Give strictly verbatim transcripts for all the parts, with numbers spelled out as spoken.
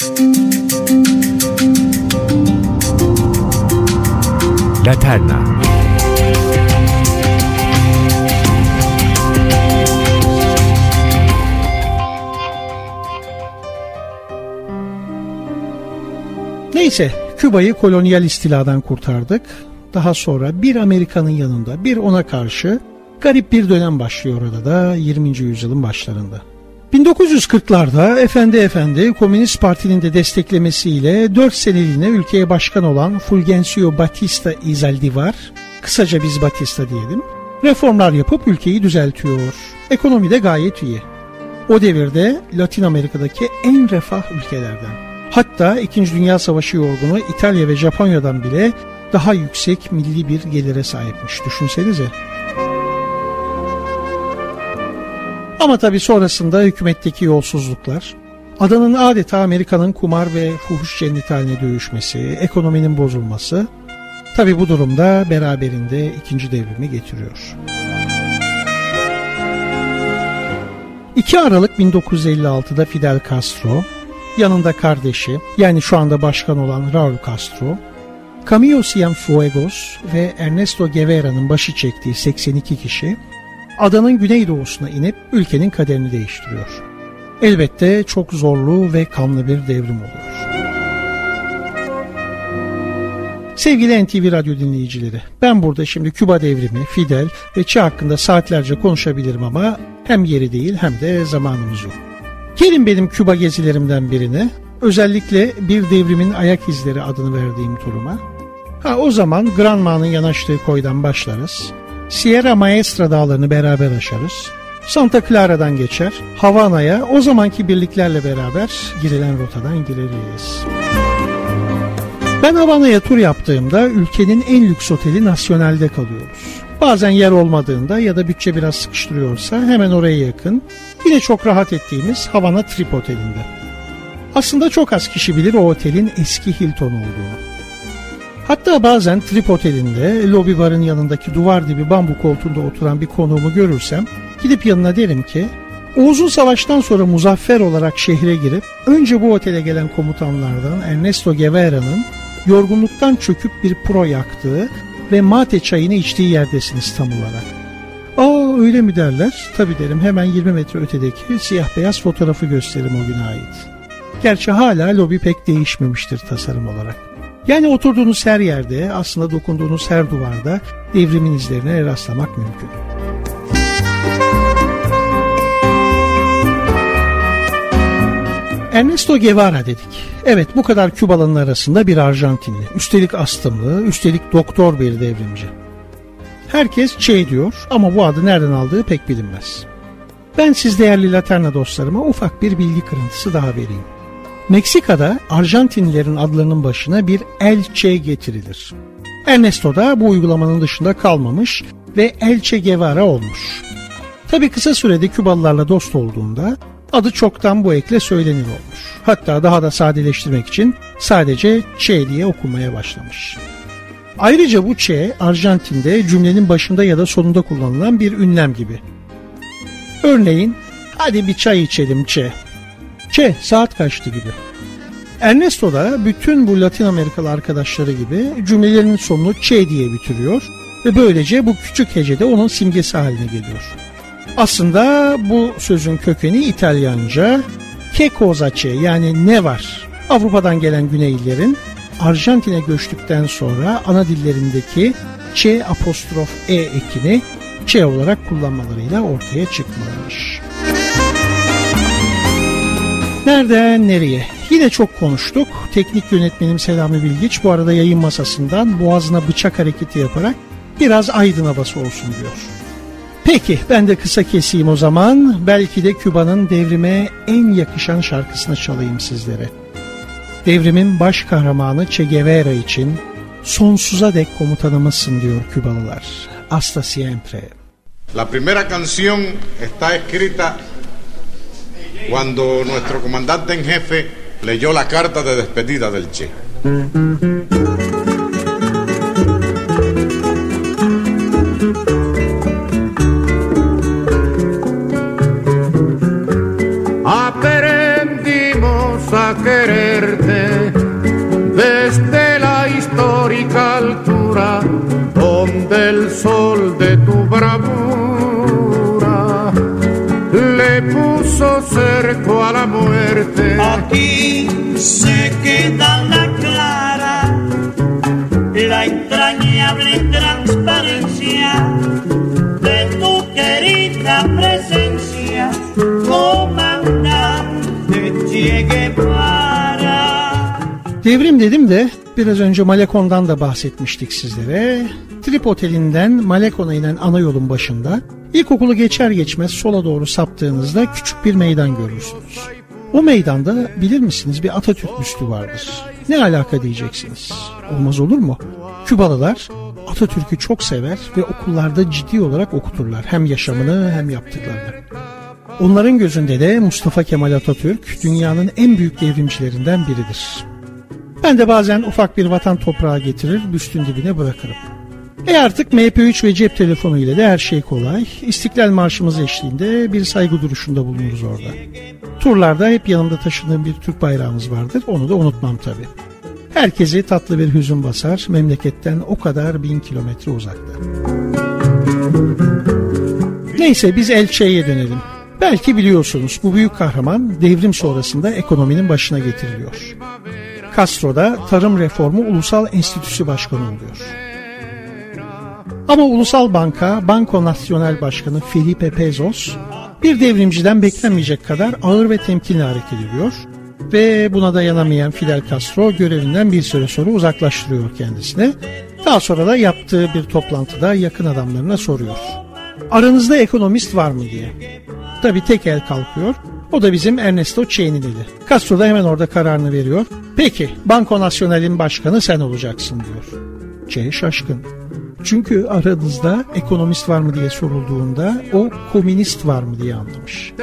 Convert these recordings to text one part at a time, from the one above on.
Laterna. Neyse, Küba'yı kolonyal istiladan kurtardık. Daha sonra bir Amerika'nın yanında bir ona karşı garip bir dönem başlıyor orada da yirminci yüzyılın başlarında. bin dokuz yüz kırklarda efendi efendi Komünist Parti'nin de desteklemesiyle dört seneliğine ülkeye başkan olan Fulgencio Batista y Zaldívar, kısaca biz Batista diyelim, reformlar yapıp ülkeyi düzeltiyor. Ekonomi de gayet iyi. O devirde Latin Amerika'daki en refah ülkelerden. Hatta İkinci Dünya Savaşı yorgunu İtalya ve Japonya'dan bile daha yüksek milli bir gelire sahipmiş. Düşünsenize. Ama tabii sonrasında hükümetteki yolsuzluklar, adanın adeta Amerika'nın kumar ve fuhuş cenneti haline dönüşmesi, ekonominin bozulması, tabii bu durumda beraberinde ikinci devrimi getiriyor. iki Aralık bin dokuz yüz elli altıda Fidel Castro, yanında kardeşi yani şu anda başkan olan Raul Castro, Camilo Cienfuegos ve Ernesto Guevara'nın başı çektiği seksen iki kişi adanın güneydoğusuna inip ülkenin kaderini değiştiriyor. Elbette çok zorlu ve kanlı bir devrim oluyor. Sevgili N T V Radyo dinleyicileri, ben burada şimdi Küba devrimi, Fidel ve Che hakkında saatlerce konuşabilirim ama hem yeri değil hem de zamanımız yok. Gelin benim Küba gezilerimden birine, özellikle bir devrimin ayak izleri adını verdiğim turuma. Ha, o zaman Granma'nın yanaştığı koydan başlarız. Sierra Maestra dağlarını beraber aşarız. Santa Clara'dan geçer, Havana'ya o zamanki birliklerle beraber girilen rotadan gireriz. Ben Havana'ya tur yaptığımda ülkenin en lüks oteli Nacional'de kalıyoruz. Bazen yer olmadığında ya da bütçe biraz sıkıştırıyorsa hemen oraya yakın, yine çok rahat ettiğimiz Havana Trip Oteli'nde. Aslında çok az kişi bilir o otelin eski Hilton olduğunu. Hatta bazen Trip Oteli'nde lobi barın yanındaki duvar dibi bambu koltuğunda oturan bir konuğumu görürsem gidip yanına derim ki, o uzun savaştan sonra muzaffer olarak şehre girip önce bu otele gelen komutanlardan Ernesto Guevara'nın yorgunluktan çöküp bir pro yaktığı ve mate çayını içtiği yerdesiniz tam olarak. Aa öyle mi derler? Tabii derim, hemen yirmi metre ötedeki siyah beyaz fotoğrafı gösteririm o güne ait. Gerçi hala lobi pek değişmemiştir tasarım olarak. Yani oturduğunuz her yerde, aslında dokunduğunuz her duvarda devrimin izlerine rastlamak mümkün. Ernesto Guevara dedik. Evet, bu kadar Kübalı'nın arasında bir Arjantinli. Üstelik astımlı, üstelik doktor bir devrimci. Herkes Che diyor ama bu adı nereden aldığı pek bilinmez. Ben siz değerli Laterna dostlarıma ufak bir bilgi kırıntısı daha vereyim. Meksika'da Arjantinlilerin adlarının başına bir El Che getirilir. Ernesto da bu uygulamanın dışında kalmamış ve El Che Guevara olmuş. Tabii kısa sürede Kübalılarla dost olduğunda adı çoktan bu ekle söylenir olmuş. Hatta daha da sadeleştirmek için sadece Che diye okunmaya başlamış. Ayrıca bu Che, Arjantin'de cümlenin başında ya da sonunda kullanılan bir ünlem gibi. Örneğin, hadi bir çay içelim Che. Che, saat kaçtı gibi. Ernesto da bütün bu Latin Amerikalı arkadaşları gibi cümlelerinin sonunu Che diye bitiriyor ve böylece bu küçük hecede onun simgesi haline geliyor. Aslında bu sözün kökeni İtalyanca "che cosa c'è" yani ne var? Avrupa'dan gelen Güneylilerin Arjantin'e göçtükten sonra ana dillerindeki Che apostrof e ekini Che olarak kullanmalarıyla ortaya çıkmış. Nereden nereye? Yine çok konuştuk. Teknik yönetmenim Selami Bilgiç bu arada yayın masasından boğazına bıçak hareketi yaparak biraz aydın havası olsun diyor. Peki ben de kısa keseyim o zaman. Belki de Küba'nın devrime en yakışan şarkısını çalayım sizlere. Devrimin baş kahramanı Che Guevara için sonsuza dek komutanımızsın diyor Kübalılar. Hasta siempre. La primera canción está escrita cuando nuestro comandante en jefe leyó la carta de despedida del Che. Aprendimos a querer verte desde la histórica altura donde el sol de tu bravura le puso cerco a la muerte. Aquí se queda la clara, la entrañable transparencia de tu querida presencia, comandante Che Guevara. Devrim dedim de biraz önce Malekon'dan da bahsetmiştik sizlere. Trip Oteli'nden Malekon'a inen ana yolun başında ilkokulu geçer geçmez sola doğru saptığınızda küçük bir meydan görürsünüz. O meydanda bilir misiniz bir Atatürk büstü vardır. Ne alaka diyeceksiniz. Olmaz olur mu? Kübalılar Atatürk'ü çok sever ve okullarda ciddi olarak okuturlar. Hem yaşamını hem yaptıklarını. Onların gözünde de Mustafa Kemal Atatürk dünyanın en büyük devrimcilerinden biridir. Ben de bazen ufak bir vatan toprağı getirir, büstün dibine bırakırım. E artık M P üç ve cep telefonu ile de her şey kolay. İstiklal Marşımız eşliğinde bir saygı duruşunda bulunuruz orada. Turlarda hep yanımda taşıdığım bir Türk bayrağımız vardır, onu da unutmam tabii. Herkesi tatlı bir hüzün basar, memleketten o kadar bin kilometre uzakta. Neyse biz El Che'ye dönelim. Belki biliyorsunuz bu büyük kahraman devrim sonrasında ekonominin başına getiriliyor. Castro'da Tarım Reformu Ulusal Enstitüsü Başkanı oluyor. Ama Ulusal Banka, Banco Nacional Başkanı Felipe Pezos bir devrimciden beklenmeyecek kadar ağır ve temkinli hareket ediyor ve buna dayanamayan Fidel Castro görevinden bir süre sonra uzaklaştırıyor kendisini. Daha sonra da yaptığı bir toplantıda yakın adamlarına soruyor. Aranızda ekonomist var mı diye. Tabii tek el kalkıyor. O da bizim Ernesto Che'nin eli. Castro da hemen orada kararını veriyor. Peki Banco Nacional'in başkanı sen olacaksın diyor. Che şaşkın. Çünkü aranızda ekonomist var mı diye sorulduğunda o komünist var mı diye anlamış.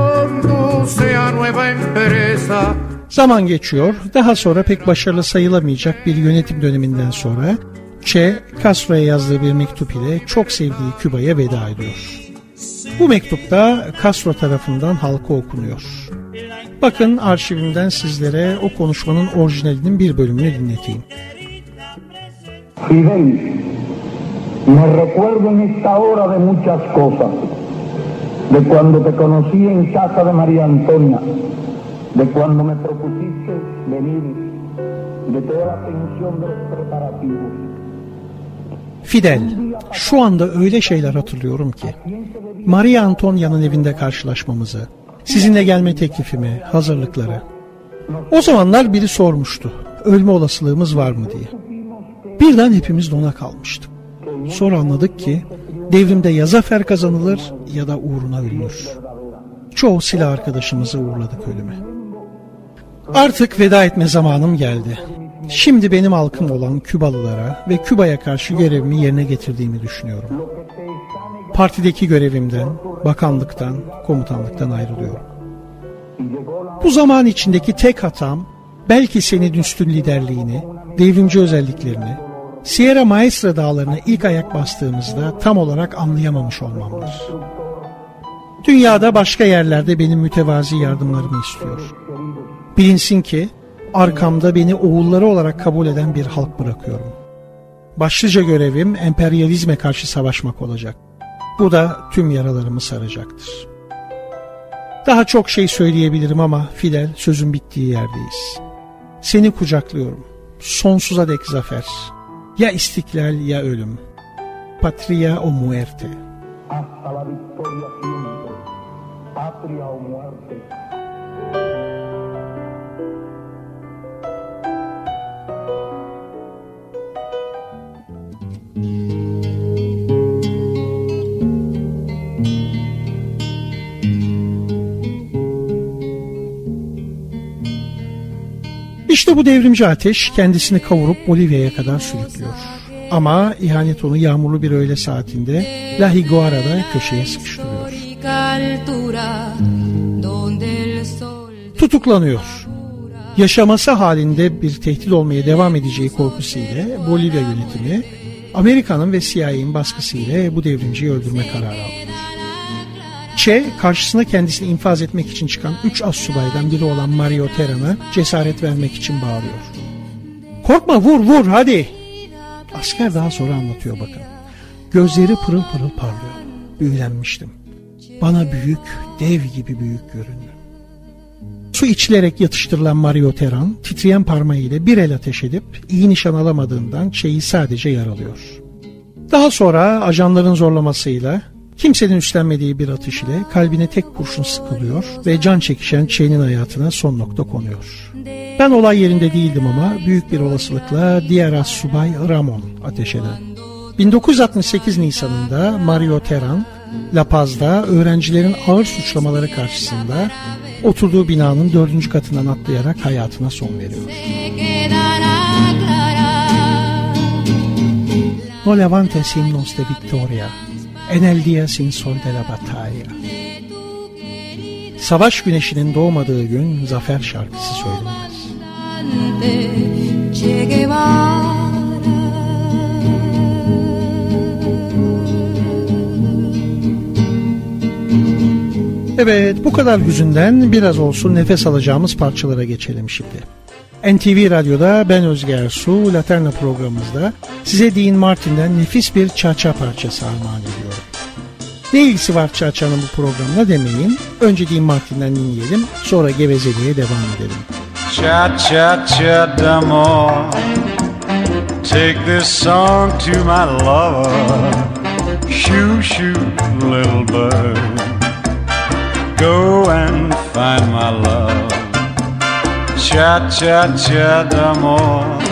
Zaman geçiyor. Daha sonra pek başarılı sayılamayacak bir yönetim döneminden sonra Che, Castro'ya yazdığı bir mektup ile çok sevdiği Küba'ya veda ediyor. Bu mektupta Castro tarafından halka okunuyor. Bakın arşivimden sizlere o konuşmanın orijinalinin bir bölümünü dinleteyim. Fidel, me recuerdo en esta hora de muchas cosas, de cuando te conocí en casa de María Antonia, de cuando me propusiste venir, de toda la tensión de los preparativos. Fidel, şu anda öyle şeyler hatırlıyorum ki, Maria Antonia'nın evinde karşılaşmamızı, sizinle gelme teklifimi, hazırlıkları. O zamanlar biri sormuştu, ölme olasılığımız var mı diye. Birden hepimiz dona kalmıştık. Sonra anladık ki devrimde ya zafer kazanılır ya da uğruna ölünür. Çoğu silah arkadaşımızı uğurladık ölüme. Artık veda etme zamanım geldi. Şimdi benim halkım olan Kübalılara ve Küba'ya karşı görevimi yerine getirdiğimi düşünüyorum. Partideki görevimden, bakanlıktan, komutanlıktan ayrılıyorum. Bu zaman içindeki tek hatam belki senin üstün liderliğini, devrimci özelliklerini, Sierra Maestra dağlarına ilk ayak bastığımızda tam olarak anlayamamış olmamdır. Dünyada başka yerlerde benim mütevazi yardımlarımı istiyor. Bilinsin ki arkamda beni oğulları olarak kabul eden bir halk bırakıyorum. Başlıca görevim emperyalizme karşı savaşmak olacak. Bu da tüm yaralarımı saracaktır. Daha çok şey söyleyebilirim ama Fidel, sözün bittiği yerdeyiz. Seni kucaklıyorum. Sonsuza dek zafer. Ya istiklal ya ölüm. Patria o muerte. Hasta la victoria siempre, patria o muerte. İşte bu devrimci ateş kendisini kavurup Bolivya'ya kadar sürüklüyor. Ama ihanet onu yağmurlu bir öğle saatinde La Higuera'da köşeye sıkıştırıyor. Tutuklanıyor. Yaşaması halinde bir tehdit olmaya devam edeceği korkusuyla Bolivya yönetimi Amerika'nın ve C I A'nin baskısıyla bu devrimciyi öldürme kararı alıyor. Che karşısına kendisini infaz etmek için çıkan üç astsubaydan biri olan Mario Terran'a cesaret vermek için bağırıyor. Korkma, vur vur hadi. Asker daha sonra anlatıyor bakın. Gözleri pırıl pırıl parlıyor. Büyülenmiştim. Bana büyük, dev gibi büyük göründü. Su içilerek yatıştırılan Mario Terran titreyen parmağıyla bir el ateş edip iyi nişan alamadığından Che'yi sadece yaralıyor. Daha sonra ajanların zorlamasıyla kimsenin üstlenmediği bir atış ile kalbine tek kurşun sıkılıyor ve can çekişen Che'nin hayatına son nokta konuyor. Ben olay yerinde değildim ama büyük bir olasılıkla diğer astsubay Ramon ateş eden. bin dokuz yüz altmış sekiz Nisan'ında Mario Terran, La Paz'da öğrencilerin ağır suçlamaları karşısında oturduğu binanın dördüncü katından atlayarak hayatına son veriyor. No levantes himnos de victoria, en el día sin sol de la batalla. Savaş güneşinin doğmadığı gün zafer şarkısı söylenmez. Evet, bu kadar hüzünden biraz olsun nefes alacağımız parçalara geçelim şimdi. N T V Radyo'da ben Özge Ersu, Laterna programımızda size Dean Martin'den nefis bir cha-cha parçası armağan ediyorum. Ne ilgisi var cha-cha'nın bu programla demeyin. Önce Dean Martin'den dinleyelim, sonra gevezeliğe devam edelim. Cha-cha-cha d'amore, take this song to my lover. Shoo shoo little bird, go and find my love. Cha-cha-cha d'amore,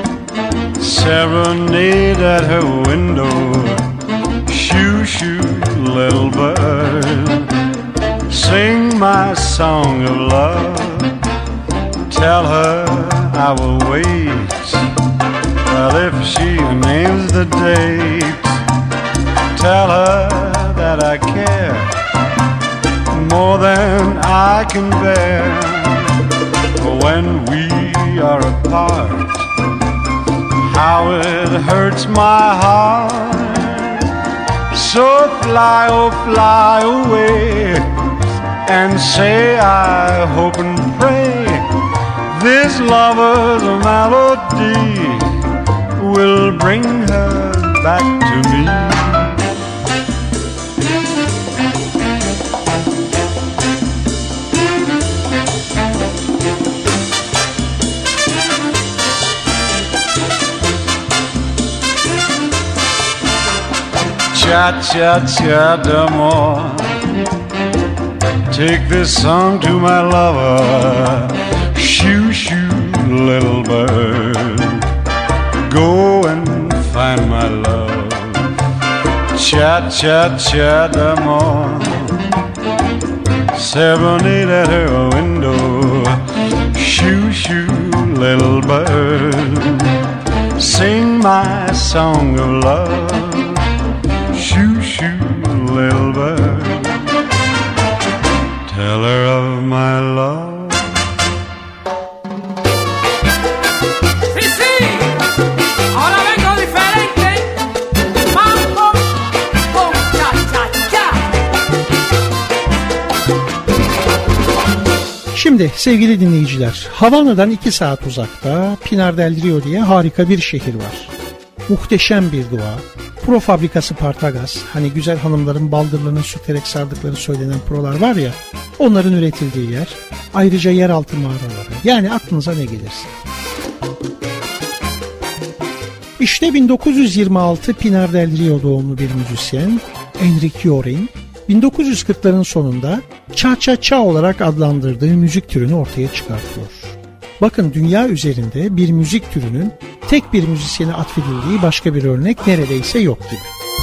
serenade at her window. Shoo shoo little bird, sing my song of love. Tell her I will wait. Well, if she names the date, tell her that I care more than I can bear. When we are apart, how it hurts my heart. So fly, oh fly away, and say I hope and pray this lover's melody will bring her back to me. Cha-cha-cha d'amore, take this song to my lover. Shoo shoo little bird, go and find my love. Cha-cha-cha d'amore, serenade at her window. Shoo shoo little bird, sing my song of love. Shoo shoo little bird, tell her of my love. Sí, sí, ahora vengo diferente. Mambo con cha-cha-cha. Şimdi sevgili dinleyiciler, Havana'dan iki saat uzakta Pinar del Rio diye harika bir şehir var. Muhteşem bir doğa. Pro fabrikası Partagaz, hani güzel hanımların baldırlarına sürterek sardıkları söylenen prolar var ya, onların üretildiği yer. Ayrıca yeraltı mağaraları, yani aklınıza ne gelirse. İşte bin dokuz yüz yirmi altı Pinar del Rio doğumlu bir müzisyen Enrique Jorrin, bin dokuz yüz kırkların sonunda cha-cha-cha olarak adlandırdığı müzik türünü ortaya çıkartıyor. Bakın, dünya üzerinde bir müzik türünün tek bir müzisyene atfedildiği başka bir örnek neredeyse yok gibi.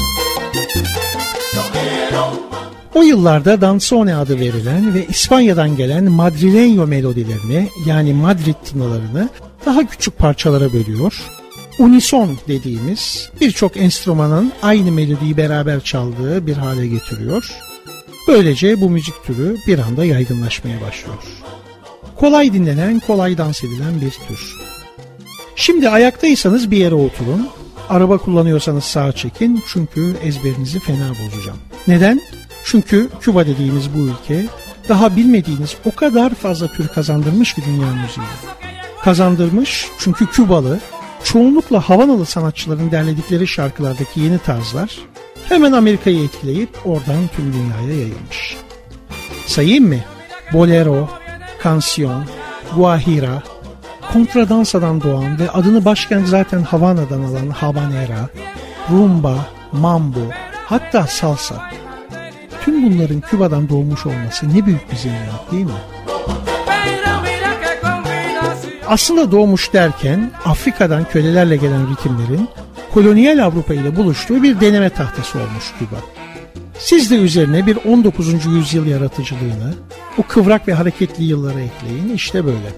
O yıllarda danzone adı verilen ve İspanya'dan gelen madrileño melodilerini, yani Madrid tınılarını daha küçük parçalara bölüyor. Unison dediğimiz birçok enstrümanın aynı melodiyi beraber çaldığı bir hale getiriyor. Böylece bu müzik türü bir anda yaygınlaşmaya başlıyor. Kolay dinlenen, kolay dans edilen bir tür. Şimdi ayaktaysanız bir yere oturun. Araba kullanıyorsanız sağa çekin, çünkü ezberinizi fena bozacağım. Neden? Çünkü Küba dediğimiz bu ülke daha bilmediğiniz o kadar fazla tür kazandırmış ki dünya müziğine. Kazandırmış çünkü Kübalı, çoğunlukla Havanalı sanatçıların derledikleri şarkılardaki yeni tarzlar hemen Amerika'yı etkileyip oradan tüm dünyaya yayılmış. Sayayım mı? Bolero, kansiyon, guajira, kontradansadan doğan ve adını başkent zaten Havana'dan alan habanera, rumba, mambo, hatta salsa. Tüm bunların Küba'dan doğmuş olması ne büyük bir zenginlik değil mi? Aslında doğmuş derken Afrika'dan kölelerle gelen ritimlerin kolonyal Avrupa ile buluştuğu bir deneme tahtası olmuş Küba. Siz de üzerine bir on dokuzuncu yüzyıl yaratıcılığını, o kıvrak ve hareketli yıllara ekleyin, işte böyle.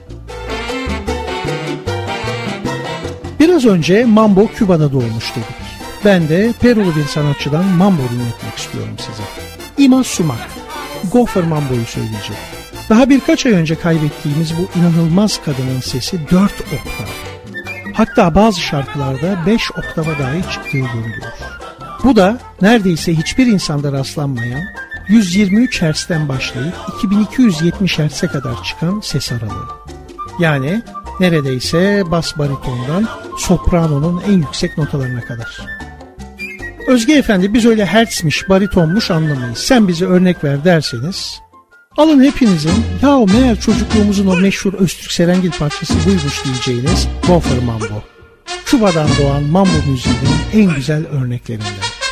Biraz önce mambo Küba'da doğmuş dedik. Ben de Perulu bir sanatçıdan mambo dinletmek istiyorum size. İma Sumak, Gopher Mambo'yu söyleyecek. Daha birkaç ay önce kaybettiğimiz bu inanılmaz kadının sesi dört oktav. Hatta bazı şarkılarda beş oktava dahi çıktığı görülüyor. Bu da neredeyse hiçbir insanda rastlanmayan yüz yirmi üç hertz'ten başlayıp iki bin iki yüz yetmiş hertz'e kadar çıkan ses aralığı. Yani neredeyse bas baritondan sopranonun en yüksek notalarına kadar. Özge Efendi biz öyle hertzmiş, baritonmuş anlamayız. Sen bize örnek ver derseniz, alın hepinizin ya meğer çocukluğumuzun o meşhur Öztürk Serengil parçası buymuş diyeceğiniz Gopher Mambo. Küba'dan doğan mambo müziğinin en güzel örneklerinden.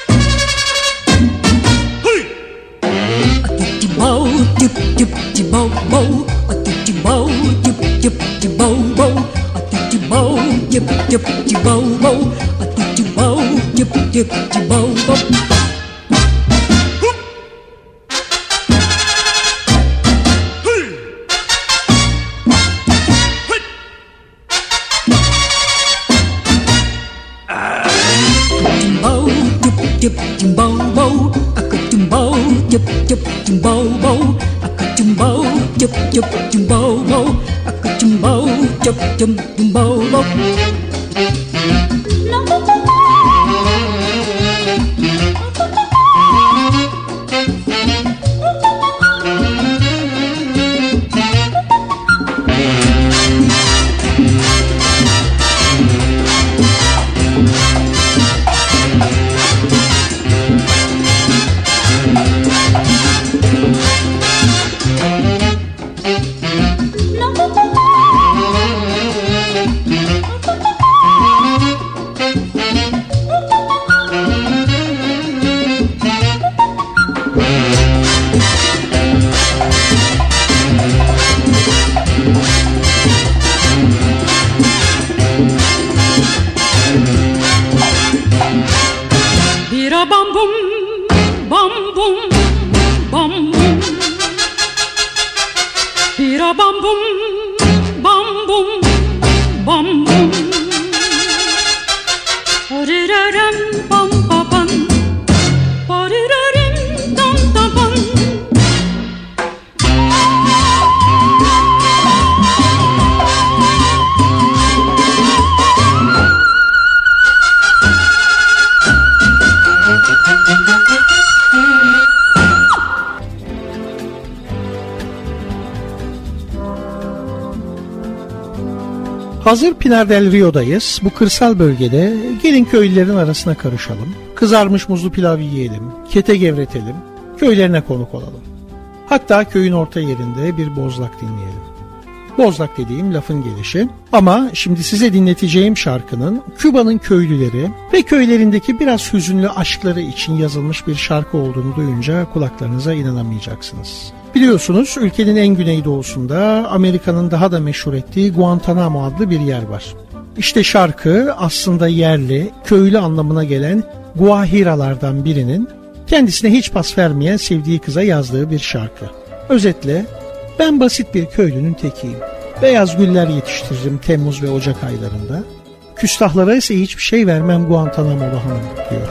Hazır Pinar del Rio'dayız. Bu kırsal bölgede gelin köylülerin arasına karışalım. Kızarmış muzlu pilav yiyelim, kete gevretelim, köylerine konuk olalım. Hatta köyün orta yerinde bir bozlak dinleyelim. Bozlak dediğim lafın gelişi. Ama şimdi size dinleteceğim şarkının Küba'nın köylüleri ve köylerindeki biraz hüzünlü aşkları için yazılmış bir şarkı olduğunu duyunca kulaklarınıza inanamayacaksınız. Biliyorsunuz ülkenin en güneydoğusunda Amerika'nın daha da meşhur ettiği Guantanamo adlı bir yer var. İşte şarkı aslında yerli, köylü anlamına gelen guajiralardan birinin kendisine hiç pas vermeyen sevdiği kıza yazdığı bir şarkı. Özetle, ben basit bir köylünün tekiyim. Beyaz güller yetiştiririm Temmuz ve Ocak aylarında. Küstahlara ise hiçbir şey vermem Guantanamo'lu hanım diyor.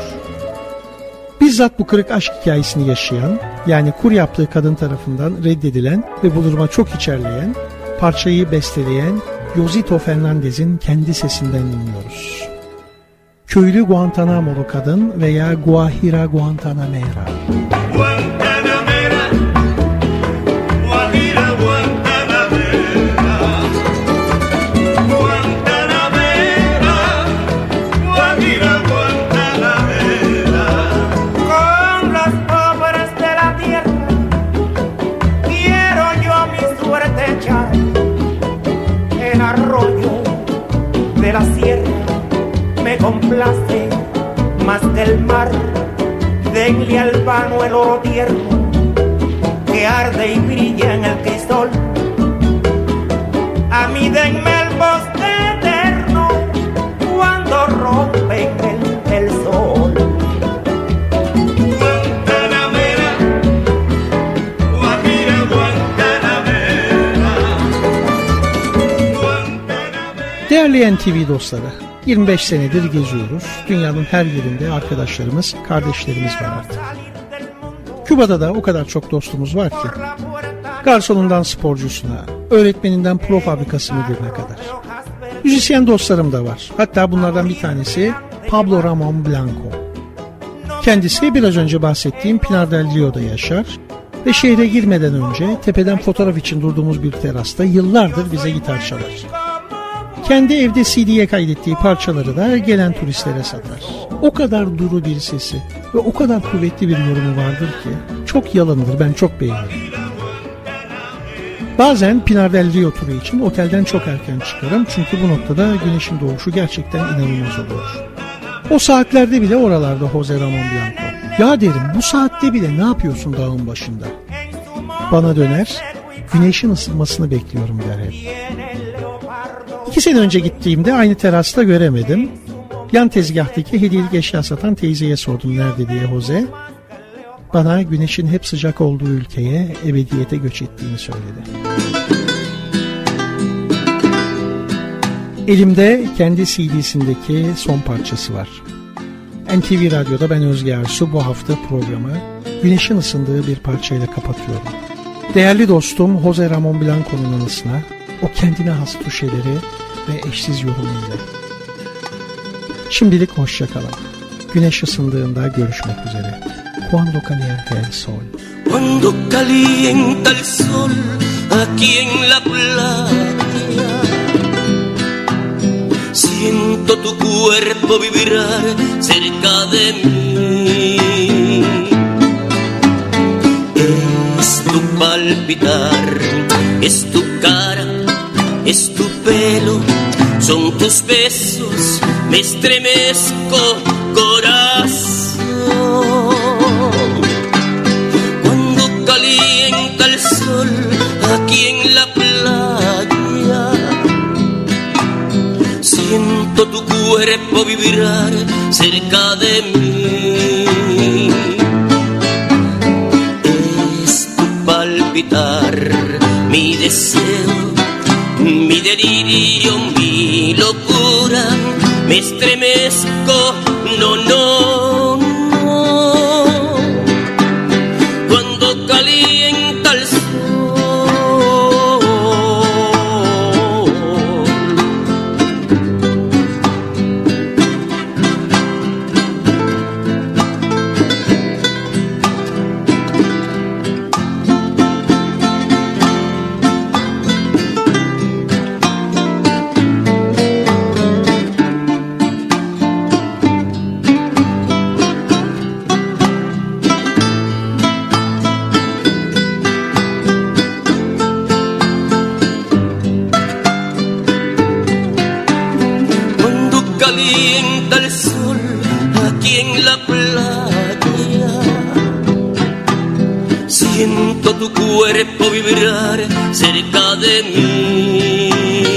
Bizzat bu kırık aşk hikayesini yaşayan, yani kur yaptığı kadın tarafından reddedilen ve bu duruma çok içerleyen, parçayı besteleyen Yosito Fernandez'in kendi sesinden dinliyoruz. Köylü Guantanamolu kadın veya Guajira Guantanamera. de la sierra me complace más que el mar. Denle al vano el oro tierno que arde y brilla en el crisol. A mí denme el bosque eterno cuando rompen el, el sol. Guantanamera, Guajira, Guantanamera, Guantanamera. Değerli N T V dostları, yirmi beş senedir geziyoruz. Dünyanın her yerinde arkadaşlarımız, kardeşlerimiz var artık. Küba'da da o kadar çok dostumuz var ki. Garsonundan sporcusuna, öğretmeninden pro fabrikası müdürüne kadar. Müzisyen dostlarım da var. Hatta bunlardan bir tanesi Pablo Ramon Blanco. Kendisi biraz önce bahsettiğim Pinar del Rio'da yaşar ve şehre girmeden önce tepeden fotoğraf için durduğumuz bir terasta yıllardır bize gitar çalar. Kendi evde C D'ye kaydettiği parçaları da gelen turistlere satar. O kadar duru bir sesi ve o kadar kuvvetli bir yorumu vardır ki çok yalandır, ben çok beğenirim. Bazen Pinar del Rio turu için otelden çok erken çıkarım çünkü bu noktada güneşin doğuşu gerçekten inanılmaz oluyor. O saatlerde bile oralarda Jose Ramon Blanco. Ya derim, bu saatte bile ne yapıyorsun dağın başında? Bana döner, güneşin ısınmasını bekliyorum der hep. İki sene önce gittiğimde aynı terasta göremedim. Yan tezgahtaki hediyelik eşya satan teyzeye sordum nerede diye Jose. Bana güneşin hep sıcak olduğu ülkeye, ebediyete göç ettiğini söyledi. Elimde kendi C D'sindeki son parçası var. N T V Radyo'da ben Özge Ersu bu hafta programı güneşin ısındığı bir parçayla kapatıyorum. Değerli dostum Jose Ramon Blanco'nun anısına, o kendine has tuşeleri ve eşsiz yorumuyla. Şimdilik hoşça kalın. Güneş ısındığında görüşmek üzere. Cuando calienta el sol. Cuando calienta el sol aquí en la playa, siento tu cuerpo vibrar cerca de mí. Es tu palpitar, es tu cara, es tu pelo, son tus besos, me estremezco corazón. Cuando calienta el sol aquí en la playa, siento tu cuerpo vibrar cerca de mí. Es tu palpitar, mi deseo, mi delirio, mi locura, me estremezco, no, no, no. Cuando calienta el sol, calienta el sol aquí en la playa, siento tu cuerpo vibrar cerca de mí.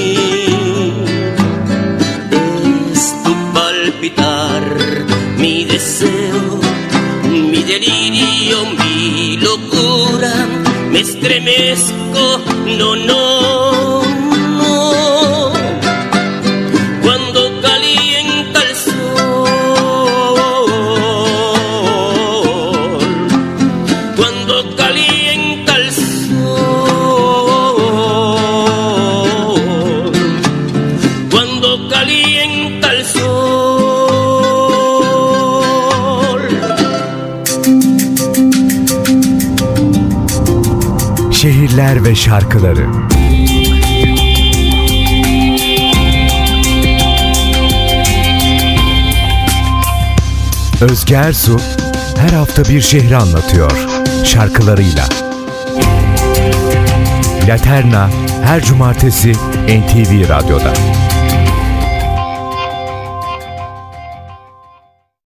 Es tu palpitar, mi deseo, mi delirio, mi locura, me estremezco, no, no. Şehirler ve şarkıları. Özge Ersu her hafta bir şehri anlatıyor şarkılarıyla. Laterna her cumartesi N T V Radyo'da.